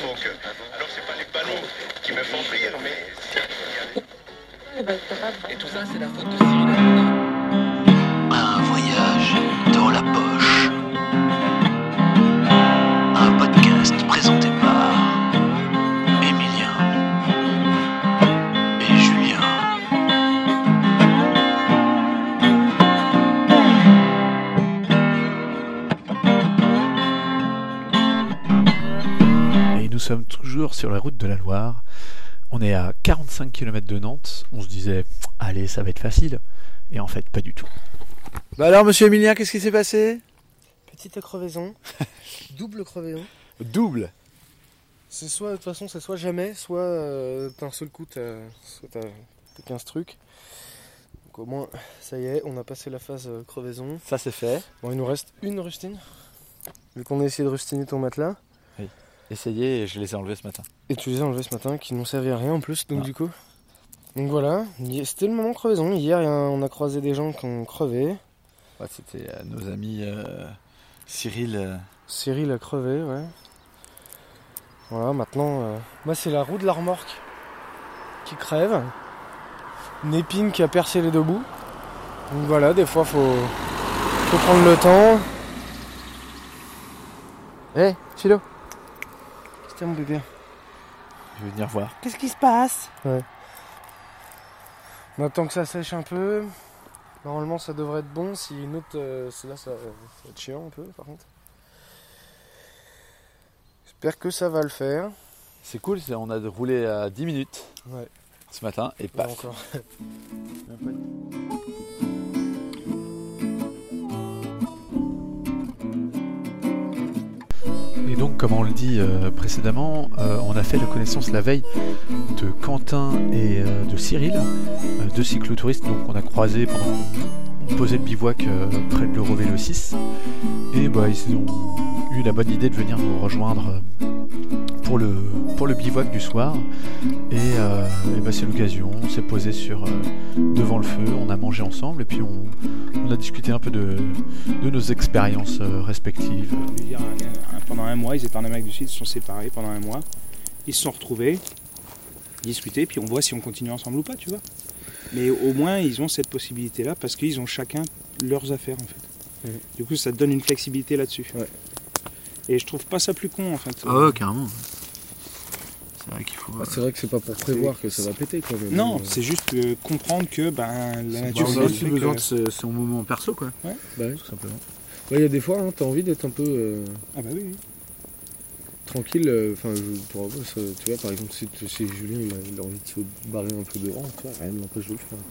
Donc, alors c'est pas les panneaux qui me font rire, mais... Et tout ça, c'est la faute de Cyril Hanouna. Un voyage dans la poche. Un podcast présenté par Emilien et Julien. Et nous sommes toujours sur la route de la Loire. On est à 45 km de Nantes. On se disait, allez, ça va être facile. Et en fait, pas du tout. Bah alors, monsieur Emilien, qu'est-ce qui s'est passé? Petite crevaison, double crevaison. Double. C'est soit, de toute façon, c'est soit jamais, soit d'un seul coup, t'as 15 trucs. Donc au moins, ça y est, on a passé la phase crevaison. Ça c'est fait. Bon, il nous reste une rustine. Vu qu'on a essayé de rustiner ton matelas. Essayez et je les ai enlevés ce matin. Et tu les as enlevés ce matin, qui n'ont servi à rien en plus, donc Non. du coup. Donc voilà, c'était le moment crevaison. Hier, on a croisé des gens qui ont crevé. Ouais, c'était nos amis Cyril. Cyril a crevé, ouais. Voilà, maintenant, c'est la roue de la remorque qui crève. Une épine qui a percé les deux bouts. Donc voilà, des fois, faut prendre le temps. Hé, Philo. C'était mon bébé. Je vais venir voir. Qu'est-ce qui se passe? Ouais. On attend que ça sèche un peu. Normalement, ça devrait être bon. Si une autre, là, ça va être chiant un peu, par contre. J'espère que ça va le faire. C'est cool, on a roulé à 10 minutes Ouais. ce matin et Pas paf. encore. Et donc, comme on le dit précédemment, on a fait la connaissance la veille de Quentin et de Cyril, deux cyclotouristes. Donc, on a croisé pendant on posait le bivouac près de l'Eurovélo 6. Et bah, ils ont eu la bonne idée de venir nous rejoindre pour le bivouac du soir. Et bah, c'est l'occasion. On s'est posé devant le feu, on a mangé ensemble et puis on a discuté un peu de nos expériences respectives. Je veux dire, pendant un mois, ils étaient en Amérique du Sud, ils se sont séparés pendant un mois. Ils se sont retrouvés, discutés, puis on voit si on continue ensemble ou pas, tu vois. Mais au moins, ils ont cette possibilité-là parce qu'ils ont chacun leurs affaires, en fait. Mmh. Du coup, ça te donne une flexibilité là-dessus. Ouais. Et je trouve pas ça plus con, en fait. Ah ouais, carrément. C'est vrai qu'il faut. C'est vrai que c'est pas pour prévoir que ça va péter, quoi. Mais Non, bon, c'est juste comprendre que la nature... On a aussi fait besoin que- de son moment perso, quoi. bah ouais. Tout simplement. Ouais, il y a des fois, hein, t'as envie d'être un peu Ah bah oui, oui. tranquille. Enfin, tu vois, par exemple, si Julien il a envie de se barrer un peu devant, tu vois, rien ne l'empêche de le faire.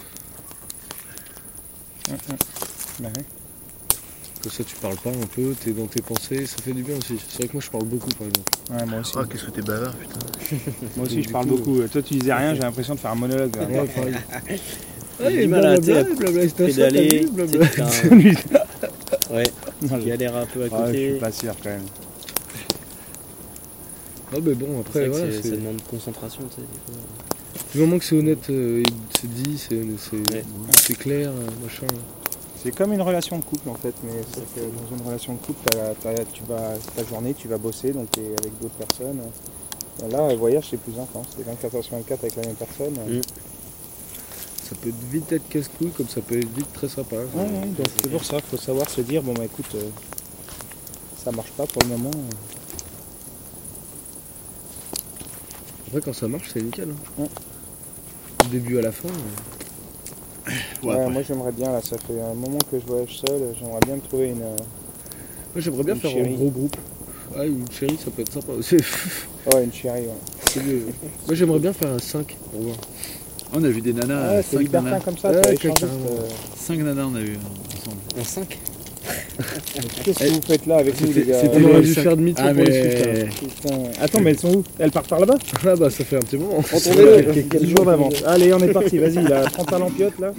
Bah ouais. Comme ça, tu parles pas un peu, t'es dans tes pensées, ça fait du bien aussi. C'est vrai que moi, je parle beaucoup, par exemple. Ouais, moi aussi. Ah, qu'est-ce que t'es bavard, putain. Moi aussi, Donc, je du parle coup, beaucoup. Toi, tu disais rien, j'ai l'impression de faire un monologue. Là. Ouais, pareil. J'ai du mal à pédaler, ouais, Non, je- galère un peu à je côté. suis pas sûr, quand même. Ah, mais bon, C'est après, vrai que voilà, ça demande concentration, tu sais. Des fois. du moment que c'est honnête, il se dit, Ouais. c'est clair, machin. C'est comme une relation de couple en fait, mais sauf que dans une relation de couple, tu vas ta journée, tu vas bosser, donc tu es avec d'autres personnes. Là, le voyage c'est plus intense, c'est 24h/24 avec la même personne. Ça peut vite être casse-couille, comme ça peut être vite très sympa. Ouais, donc c'est pour ça, faut savoir se dire, bon bah écoute, ça marche pas pour le moment. Après, quand ça marche, c'est nickel. Hein. Ouais. Du début à la fin. Ouais, moi j'aimerais bien, là ça fait un moment que je voyage seul, j'aimerais bien me trouver une... Moi, j'aimerais bien Une faire chérie. un gros groupe. Ah, une chérie, ça peut être sympa aussi. Ouais, une chérie, ouais. C'est mieux. Moi, j'aimerais bien faire un 5 pour voir. On a vu des nanas, Ah, c'est 5 libertin nanas. comme ça, Ouais, tu vas échanger, carrément. 5 nanas on a vu ensemble. En 5 Qu'est-ce que vous faites là avec nous les gars? On aurait dû le faire demi-tour Ah, pour les mais- suivre. Putain. Attends, mais elles sont où? Elles partent par là-bas? Ah bah, ça fait un petit moment. Retrouvez-le, quel jour d'avance. Allez, on est parti, vas-y, là, prends ta lampiote là.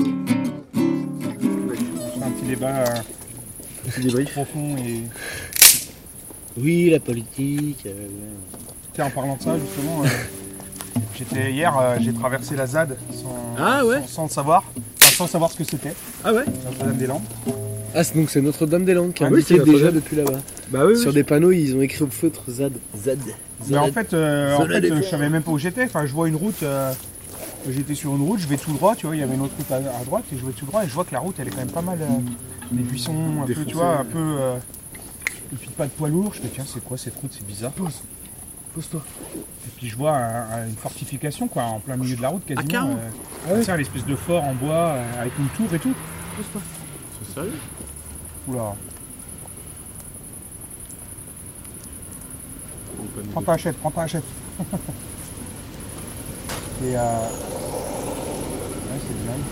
On fait un petit débat Débrief. profond et Oui, la politique. Tiens, en parlant de ça, justement, j'ai traversé la ZAD sans le savoir. Enfin, sans savoir ce que c'était. Ah ouais. Notre-Dame-des-Landes. Ah, donc c'est Notre-Dame-des-Landes qui a Oui, indiqué c'est déjà Notre-Dame. depuis là-bas. Bah oui, Sur des panneaux, ils ont écrit au feutre ZAD. Mais en fait, je savais même pas où j'étais. Enfin, je vois une route. J'étais sur une route, je vais tout droit, tu vois, il y avait une autre route à droite et je vais tout droit et je vois que la route elle est quand même pas mal. Des buissons, un peu, tu vois, un peu. Et puis pas de poids lourd. Je me dis, tiens, c'est quoi cette route, c'est bizarre. Pose-toi. Et puis je vois une fortification quoi, en plein milieu de la route quasiment. carrément. Tiens, l'espèce de fort en bois avec une tour et tout. Pose-toi. C'est sérieux? Oula. Prends ta hachette. Et ouais, c'est bien.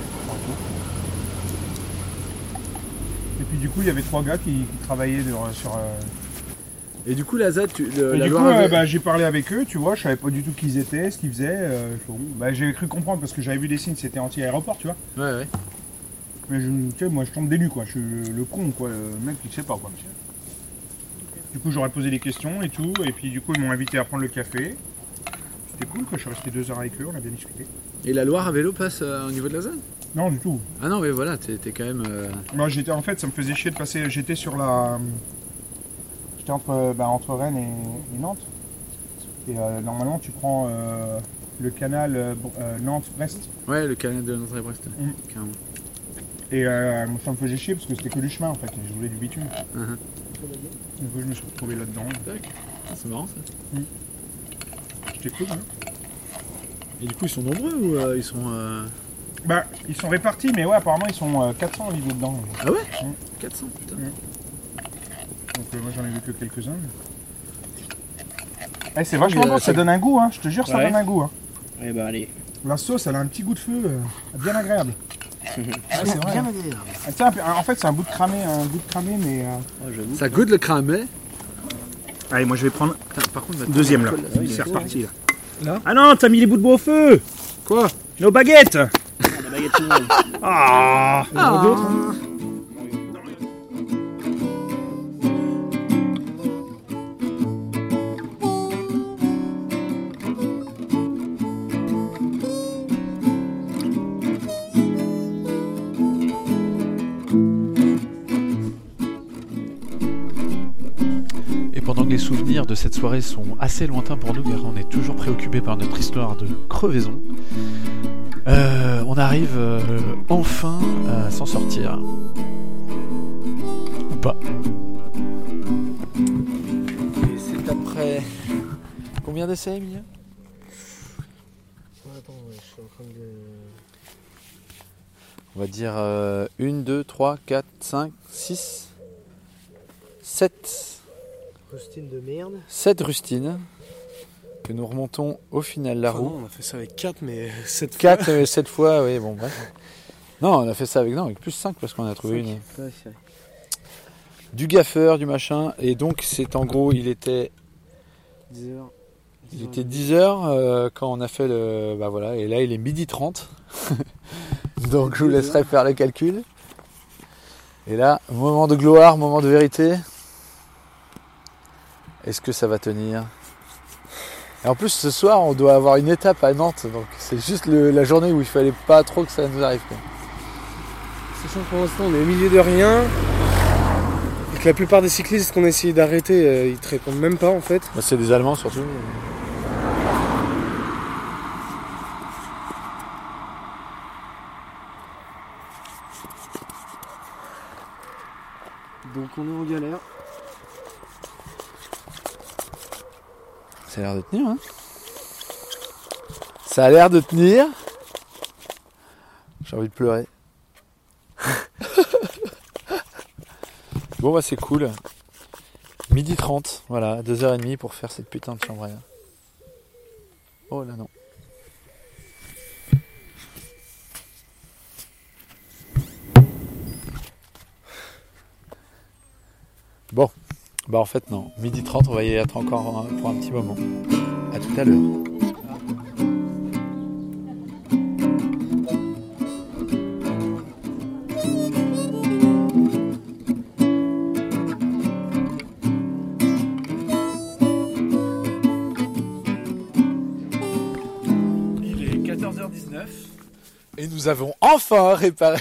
Et puis du coup, il y avait 3 gars qui travaillaient sur. Et du coup, la ZAD, Et la du coup, Loire j'ai parlé avec eux, tu vois, je savais pas du tout qui ils étaient, ce qu'ils faisaient. J'avais cru comprendre parce que j'avais vu des signes, c'était anti-aéroport, tu vois. Ouais. Mais tu sais, moi je tombe des nues quoi, je suis le con quoi, le mec qui sait pas quoi. Du coup j'aurais posé des questions et tout, et puis du coup ils m'ont invité à prendre le café. C'était cool quoi, je suis resté 2 heures avec eux, on a bien discuté. Et la Loire à vélo passe au niveau de la ZAD? Non du tout. Ah non, mais voilà, t'es quand même... Moi en fait ça me faisait chier de passer, j'étais entre Rennes et Nantes. Et normalement tu prends le canal Nantes-Brest. Ouais, le canal de Nantes et Brest, carrément. Et ça me faisait chier parce que c'était que du chemin en fait, et je voulais du bitume. Du coup je me suis retrouvé là-dedans. C'est marrant ça. C'était cool hein. Et du coup ils sont nombreux ou ils sont... Bah ils sont répartis mais ouais apparemment ils sont 400 au niveau dedans. Ah ouais 400 putain. Donc moi j'en ai vu que quelques-uns. C'est vachement bon, ça donne un goût hein, je te jure ça donne un goût hein. Eh ben allez. La sauce elle a un petit goût de feu bien agréable. C'est vrai. Bien Tiens, en fait c'est un goût de cramé mais... Ça goûte le cramé. Allez moi je vais prendre par contre, deuxième là, c'est reparti là. Ah non, t'as mis les bouts de bois au feu. Quoi? Nos baguettes. La baguette tout le monde. Ah, d'autres hein. Pendant que les souvenirs de cette soirée sont assez lointains pour nous, car on est toujours préoccupé par notre histoire de crevaison, on arrive enfin à s'en sortir. Ou pas. Et c'est après... Combien d'essais, Emilia? Attends, je suis en train de... On va dire 1, 2, 3, 4, 5, 6, 7... Rustine de merde. 7 rustines que nous remontons au final la roue. Non, on a fait ça avec 4 mais 7 fois. 4 mais 7 fois, oui, bon bref. Non, on a fait ça avec plus 5 parce qu'on a trouvé une. Ouais, Du gaffeur, du machin, et donc c'est en gros, il était 10h. Il était 10h quand on a fait le... Bah voilà, et là il est 12h30. Donc je vous laisserai faire le calcul. Et là, moment de gloire, moment de vérité. Est-ce que ça va tenir? Et en plus ce soir on doit avoir une étape à Nantes, donc c'est juste la journée où il fallait pas trop que ça nous arrive quoi. Sachant que pour l'instant on est au milieu de rien et que la plupart des cyclistes qu'on a essayé d'arrêter ils te répondent même pas en fait. Bah, c'est des Allemands surtout. Donc on est en galère. Ça a l'air de tenir, hein. Ça a l'air de tenir. J'ai envie de pleurer. Bon bah c'est cool. 12h30, voilà, 2h30 pour faire cette putain de chambre à air. Oh là non. Bon, bah en fait non, 12h30 on va y être encore pour un petit moment. À tout à l'heure. Et nous avons enfin réparé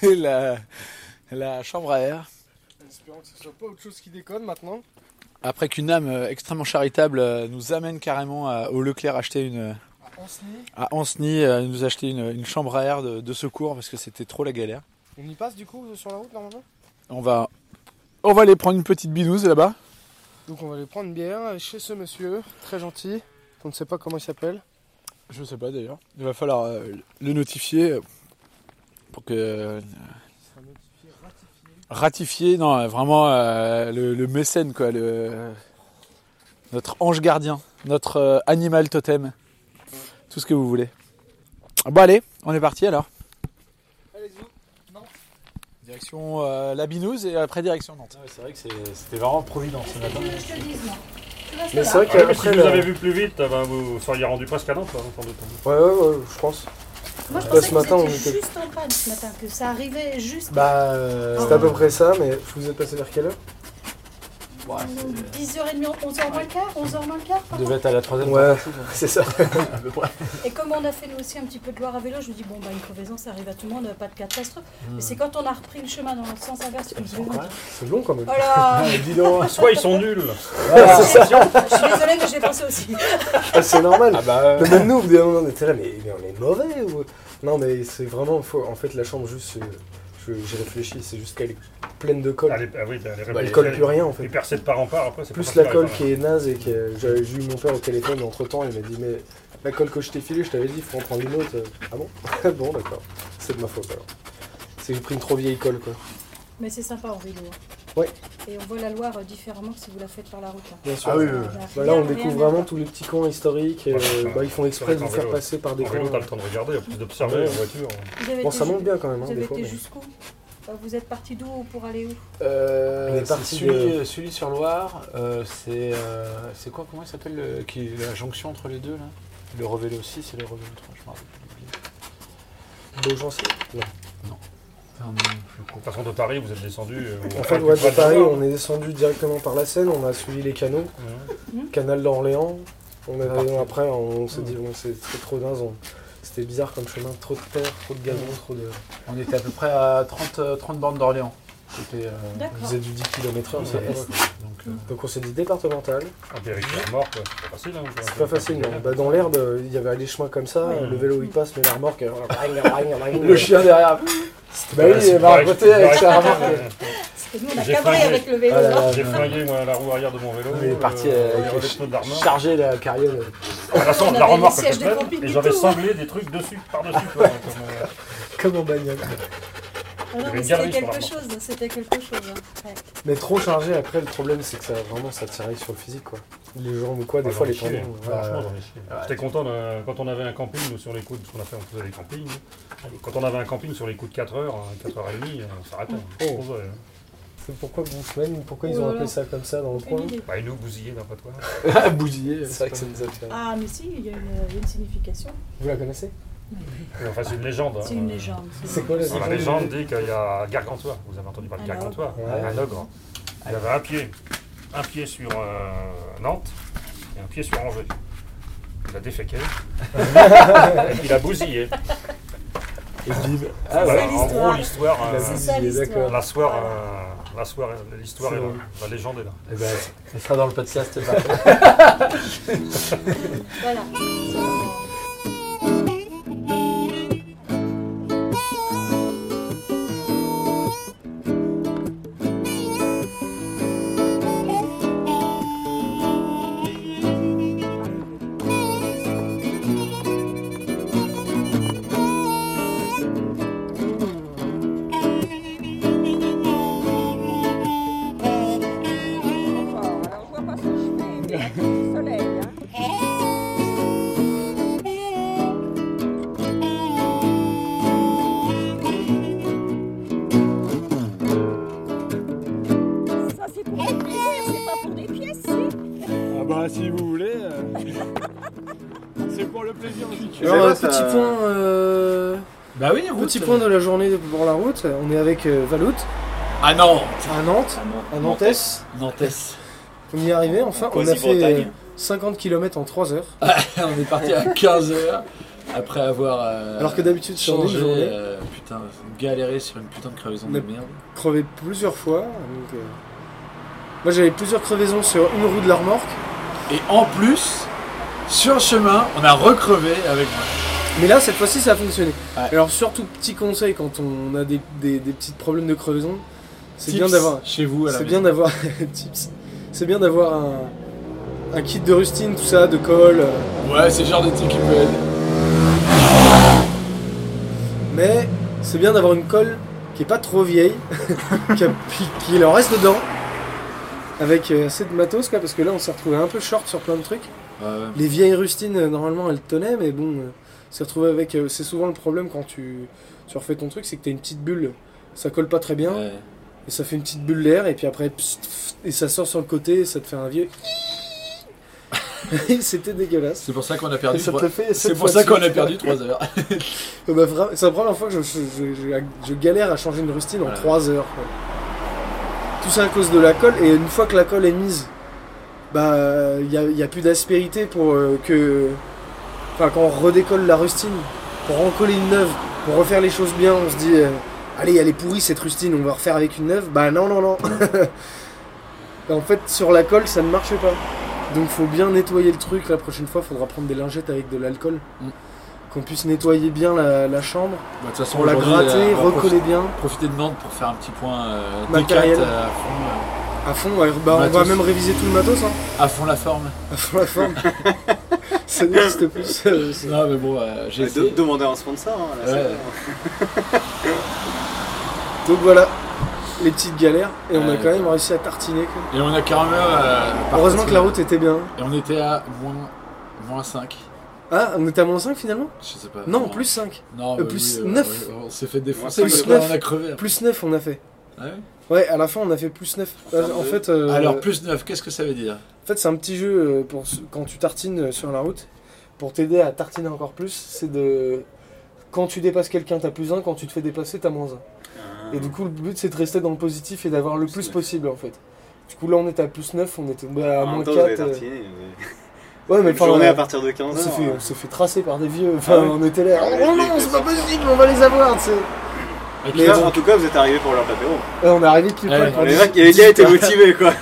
la chambre à air. En espérant que ce soit pas autre chose qui déconne maintenant. Après qu'une âme extrêmement charitable nous amène carrément au Leclerc acheter à Ancenis, nous acheter une chambre à air de secours parce que c'était trop la galère. On y passe du coup sur la route normalement? On va aller prendre une petite binouse là-bas. Donc on va aller prendre une bière chez ce monsieur, très gentil. On ne sait pas comment il s'appelle. Je sais pas d'ailleurs. Il va falloir le notifier pour que... Ratifier, non, vraiment le mécène, quoi, notre ange gardien, notre animal totem, tout ce que vous voulez. Bon allez, on est parti alors. Allez-y, Nantes. Direction la Binouse et après direction Nantes. Ouais, c'est vrai que c'était vraiment providence ce matin. Mais c'est vrai qu'après si vous avez vu plus vite, vous seriez rendu presque à Nantes en temps de temps. Ouais, je pense. Moi je pensais que vous étiez juste en panne ce matin, que ça arrivait juste. C'était à peu près ça, mais vous êtes passé vers quelle heure? 10h30, 11h moins le quart, 11h moins le quart. On devait être à la 3e. Ouais, c'est ça. Et comme on a fait nous aussi un petit peu de Loire à vélo, je me dis une crevaison ça arrive à tout le monde, pas de catastrophe. Mais c'est quand on a repris le chemin dans le sens inverse que je me dis c'est long quand même. Voilà. Dis donc, soit ils sont nuls. Voilà, c'est ça. Je suis désolée mais je l'ai pensé aussi. C'est normal. Même nous, on était là, mais on est mauvais ou... Non mais c'est vraiment, en fait la chambre juste, j'ai réfléchi, c'est juste qu'elle est pleine de colle. Elle colle plus rien en fait. Et percée de part en part, après c'est plus la colle qui est naze et que j'ai eu mon père au téléphone entre temps, il m'a dit mais la colle que je t'ai filée, je t'avais dit il faut en prendre une autre. Ah bon? Bon d'accord, c'est de ma faute alors. C'est que j'ai pris une trop vieille colle quoi. Mais c'est sympa en vélo. Ouais. Et on voit la Loire différemment si vous la faites par la route. Là. Bien sûr. Ah oui. Là on découvre vraiment tous les petits coins historiques. Ils font exprès de vous faire passer par des coins. T'as le temps de regarder, en plus d'observer la voiture. Bon ça monte bien quand même. Vous avez été jusqu'où? Vous êtes parti d'où pour aller où? On est parti Sully-sur-Loire. C'est quoi? Comment il s'appelle la jonction entre les deux là? Le Revélo 6 et le Revélo 3, je me rappelle plus. Beaugency? Non. De toute façon de Paris, vous êtes descendu. En fait, de Paris, on est descendu directement par la Seine. On a suivi les canaux, canal d'Orléans. Après, on s'est dit c'est trop dingue. C'était bizarre comme chemin, trop de terre, trop de gazon, trop de... On était à peu près à 30 bornes d'Orléans. On faisait du 10 km/h. Donc on s'est dit départemental. Remorque, c'est pas facile. C'est pas facile, non. Dans l'herbe, il y avait des chemins comme ça, le vélo il passe, mais la remorque... le chien derrière. Il va raconter avec sa remorque. Nous on a cabré avec le vélo. J'ai flingué la roue arrière de mon vélo. Il est parti charger la carriole. De toute façon, la remorque était pleine et j'avais sanglé des trucs dessus, par-dessus. Comme en bagnole. C'était quelque chose. Ouais. Mais trop chargé, après le problème c'est que ça tirait sur le physique quoi. Les jambes ou quoi, des fois les tendons. Franchement j'en ai chié. J'étais content quand on avait un camping sur les coups, parce qu'on faisait des campings. Quand on avait un camping sur les coups de 4 heures, 4h30, on s'arrêtait. Pourquoi ils ont appelé ça comme ça dans le coin? Ils nous bousillaient d'un patois. Bousiller, c'est vrai que ça nous a fait. Ah mais si, il y a une signification. Vous la connaissez? Enfin, c'est une légende. C'est une légende. C'est quoi la légende? La légende dit qu'il y a Gargantua. Vous avez entendu parler de Gargantua? Un ogre. Il avait un pied sur Nantes et un pied sur Angers. Il a déféqué. Et il a bousillé. Et bim. En gros, l'histoire. L'histoire est là. La légende est là. Et ça sera dans le podcast. Voilà. Si vous voulez, c'est pour le plaisir aussi. Alors, petit point. Bah oui, petit point de la journée pour la route. On est avec Valout. À Nantes. À Nantes. À Nantes. On y est arrivé enfin. On a fait 50 km en 3 heures. On est parti à 15 heures. Après avoir Alors que d'habitude, sur une changé, journée, putain, galéré sur une putain de crevaison On de a- merde. crevé plusieurs fois. Donc, moi, j'avais plusieurs crevaisons sur une roue de la remorque. Et en plus, sur le chemin, on a recrevé avec moi. Mais là, cette fois-ci, ça a fonctionné. Ouais. Alors, surtout, petit conseil quand on a des petits problèmes de crevaison, c'est Tips bien d'avoir. chez vous à la C'est maison. bien d'avoir. Tips. C'est bien d'avoir un kit de rustine, tout ça, de colle. Ouais, c'est le genre de truc qui peut aider. Mais c'est bien d'avoir une colle qui est pas trop vieille, qui en reste dedans, avec assez de matos, quoi, parce que là, on s'est retrouvé un peu short sur plein de trucs. Ouais. Les vieilles rustines, normalement, elles tenaient, mais bon, s'est retrouvé avec. C'est souvent le problème quand tu refais ton truc, c'est que t'as une petite bulle, ça colle pas très bien, Ouais. et ça fait une petite bulle d'air, et puis après, et ça sort sur le côté, et ça te fait un vieux. C'était dégueulasse. C'est pour ça qu'on a perdu. Et ça te le fait C'est cette pour ça fois-ci. qu'on a perdu 3 heures. Bah, c'est la première fois que je galère à changer une rustine en Voilà. 3 heures. Quoi. Tout ça à cause de la colle, et une fois que la colle est mise, bah il y a plus d'aspérité pour que. Enfin, quand on redécolle la rustine, pour en coller une neuve, pour refaire les choses bien, on se dit allez, elle est pourrie cette rustine, on va refaire avec une neuve. Bah non. Et en fait, sur la colle, ça ne marche pas. Donc faut bien nettoyer le truc. La prochaine fois, il faudra prendre des lingettes avec de l'alcool. Qu'on puisse nettoyer bien la chambre, Bah, de toute façon, pour la aujourd'hui, gratter, on va recoller bien. profiter de Nantes pour faire un petit point Matériel. T4 à fond. À fond, ouais. Bah, on va Matos. même réviser tout le matos. Hein. À fond la forme. À fond la forme. Ça n'existe plus. Non, mais bon, j'ai essayé. Demander un sponsor. Hein, là, Ouais. Donc voilà, les petites galères. Et on a Ouais, quand même réussi à tartiner. Quoi. Et on a carrément. Heureusement que la route était bien. Et on était à moins 5. Ah, on était à moins 5 finalement? Je sais pas. Non, plus 5. Non, plus oui, 9. ouais, on s'est fait défoncer. Plus mais 9. on a crevé. Plus 9 on a fait. Ah ouais. Ouais, à la fin on a fait plus 9. En fait, Alors, plus 9, qu'est-ce que ça veut dire? En fait, c'est un petit jeu pour quand tu tartines sur la route. Pour t'aider à tartiner encore plus, c'est de. Quand tu dépasses quelqu'un, t'as plus 1. Quand tu te fais dépasser, t'as moins 1. Et du coup, le but c'est de rester dans le positif et d'avoir le plus possible en fait. Du coup, là on était à plus 9, on était à moins 4. Ouais, mais une journée à partir de 15 on heures. s'est fait tracer par des vieux. Enfin, Ah ouais. on était là. Ah, Oh non, c'est pas possible, on va les avoir, tu sais. Mais là, en tout cas, vous êtes arrivé pour leur l'apéro. Ouais, on est arrivé pile poil. Ouais. pour Les les- gars étaient motivés, quoi.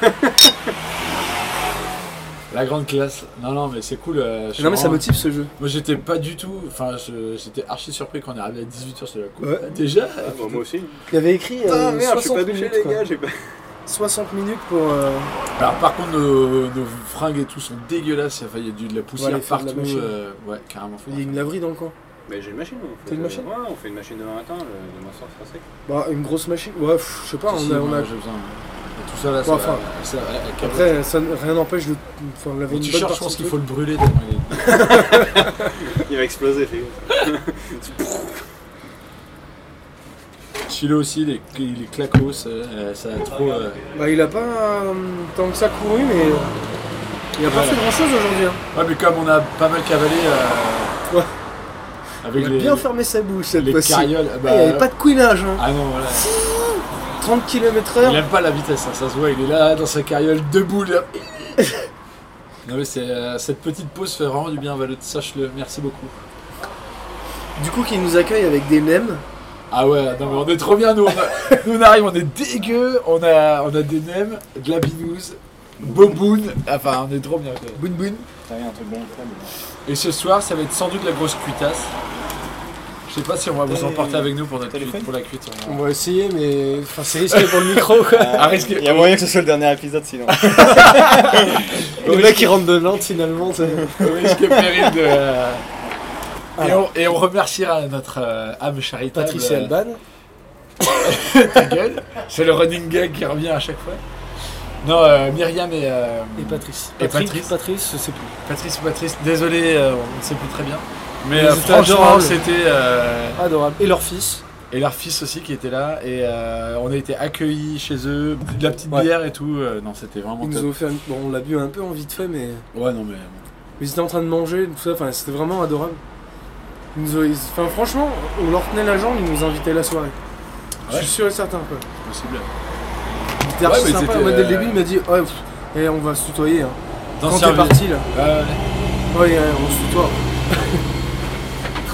La grande classe. Non, mais c'est cool. je suis Non, mais ça vraiment- motive ce jeu. Moi, j'étais pas du tout. Enfin, j'étais archi surpris quand on est arrivé à 18h sur la coupe. Ouais. Déjà Moi aussi. Il y avait écrit Ah merde, je suis 60 pas douché, minutes. les quoi. gars. J'ai pas. 60 minutes pour. Alors, par contre, nos fringues et tout sont dégueulasses. Enfin, il y a de la poussière aller faire de partout. la machine. Ouais, carrément. Il y a une laverie dans le coin. Mais j'ai une machine. T'as une machine? Ouais, on fait une machine demain matin. Demain soir, c'est sec. Bah, une grosse machine. Ouais, je sais pas, Si, on a. j'ai besoin. Et tout ça là, Ouais, ça, enfin, ça, Après, ça, rien n'empêche de. Enfin, on avait mais une tu bonne cherches, je partie pense du qu'il truc. faut le brûler tellement Il va exploser, fais gaffe. Chilo aussi, les clacos, ça a trop. Bah, il a pas tant que ça couru, mais. Il a pas Voilà. fait grand chose aujourd'hui. Hein. Ouais, mais comme on a pas mal cavalé. Ouais. Avec Il a les, bien fermé sa bouche cette les fois-ci. carrioles. Il n'y avait pas de couinage. Hein. Ah non, voilà. 30 Il km/h. aime pas la vitesse, hein, ça se voit, il est là dans sa carriole debout là. Non mais cette petite pause fait vraiment du bien, Valot, sache-le, merci beaucoup. Du coup, qui nous accueille avec des nems. Ah ouais, non mais on est trop bien, nous on arrive, on est dégueu, on a des nems, de la binouse, boboun, enfin on est trop bien. Quoi. Boun boun. Et ce soir, ça va être sans doute la grosse cuitasse. Je sais pas si on va vous emporter avec nous pour la cuite. On va essayer, mais enfin, c'est risqué pour le micro. Quoi. Il y a moyen que ce soit le dernier épisode sinon. Le mec il rentre de Nantes finalement. Au risque et péril de. Et on remerciera notre âme charitable. Patrice et Alban. Ta gueule. C'est le running gag qui revient à chaque fois. Non, Myriam et Patrice. Et Patrice, je sais plus. Patrice, désolé, on ne sait plus très bien. Mais Ils étaient franchement, adorables. c'était. Adorable. Et leur fils. Et leur fils aussi qui était là. Et on a été accueillis chez eux, de la petite Ouais. bière et tout. Non, c'était vraiment Ils top. nous ont fait bon, on l'a bu un peu en vite fait, mais. Ouais, non, mais. Ils étaient en train de manger, tout ça, enfin, c'était vraiment adorable. Enfin, franchement, on leur tenait la jambe, ils nous invitaient la soirée. Je suis sûr et certain, quoi. C'est possible. Il était archi Ouais, mais sympa. c'était, Moi, dès le début, il m'a dit ouais, on va se tutoyer. Hein. Quand D'anciens t'es parti là. Ouais. Ouais, on se tutoie.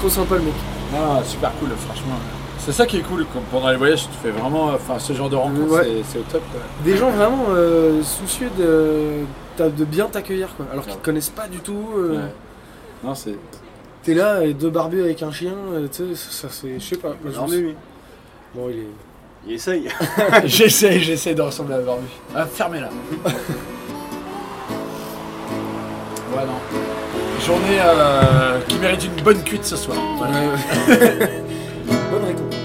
trop sympa le mec. Ah, super cool, franchement. C'est ça qui est cool, quand pendant les voyages, tu fais vraiment. Enfin, ce genre de rencontre, c'est au top. Quoi. Des gens vraiment soucieux de bien t'accueillir, quoi. Alors qu'ils te connaissent pas du tout. Non, c'est. T'es là, et 2 barbus avec un chien, tu sais, ça c'est. Je sais pas. Barbu. Bon, il essaye. J'essaye de ressembler à Barbu. Ah, fermez-la. Ouais, non. Journée qui mérite une bonne cuite ce soir. Voilà. Bonne récompense.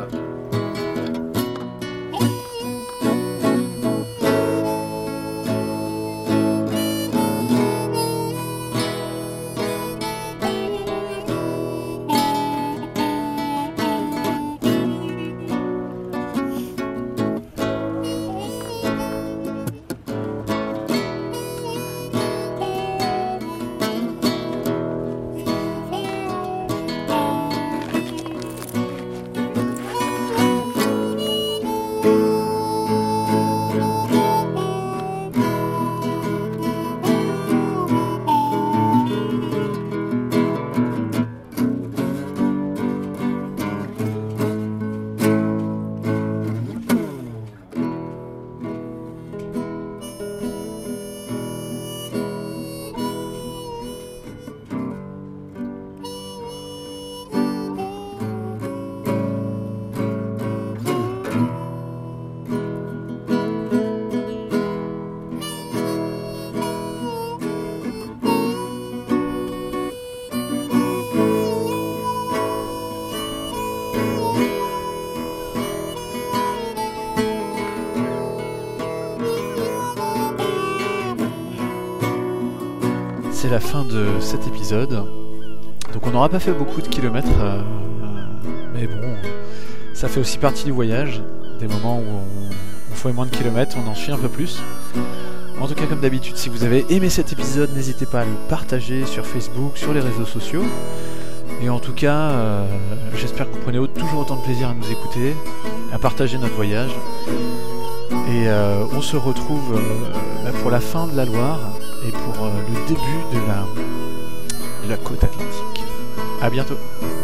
C'est la fin de cet épisode. Donc on n'aura pas fait beaucoup de kilomètres, mais bon, ça fait aussi partie du voyage. Des moments où on fait moins de kilomètres, on en suit un peu plus. En tout cas, comme d'habitude, si vous avez aimé cet épisode, n'hésitez pas à le partager sur Facebook, sur les réseaux sociaux. Et en tout cas, j'espère que vous prenez toujours autant de plaisir à nous écouter, à partager notre voyage. Et on se retrouve pour la fin de la Loire et pour le début de la côte atlantique. À bientôt.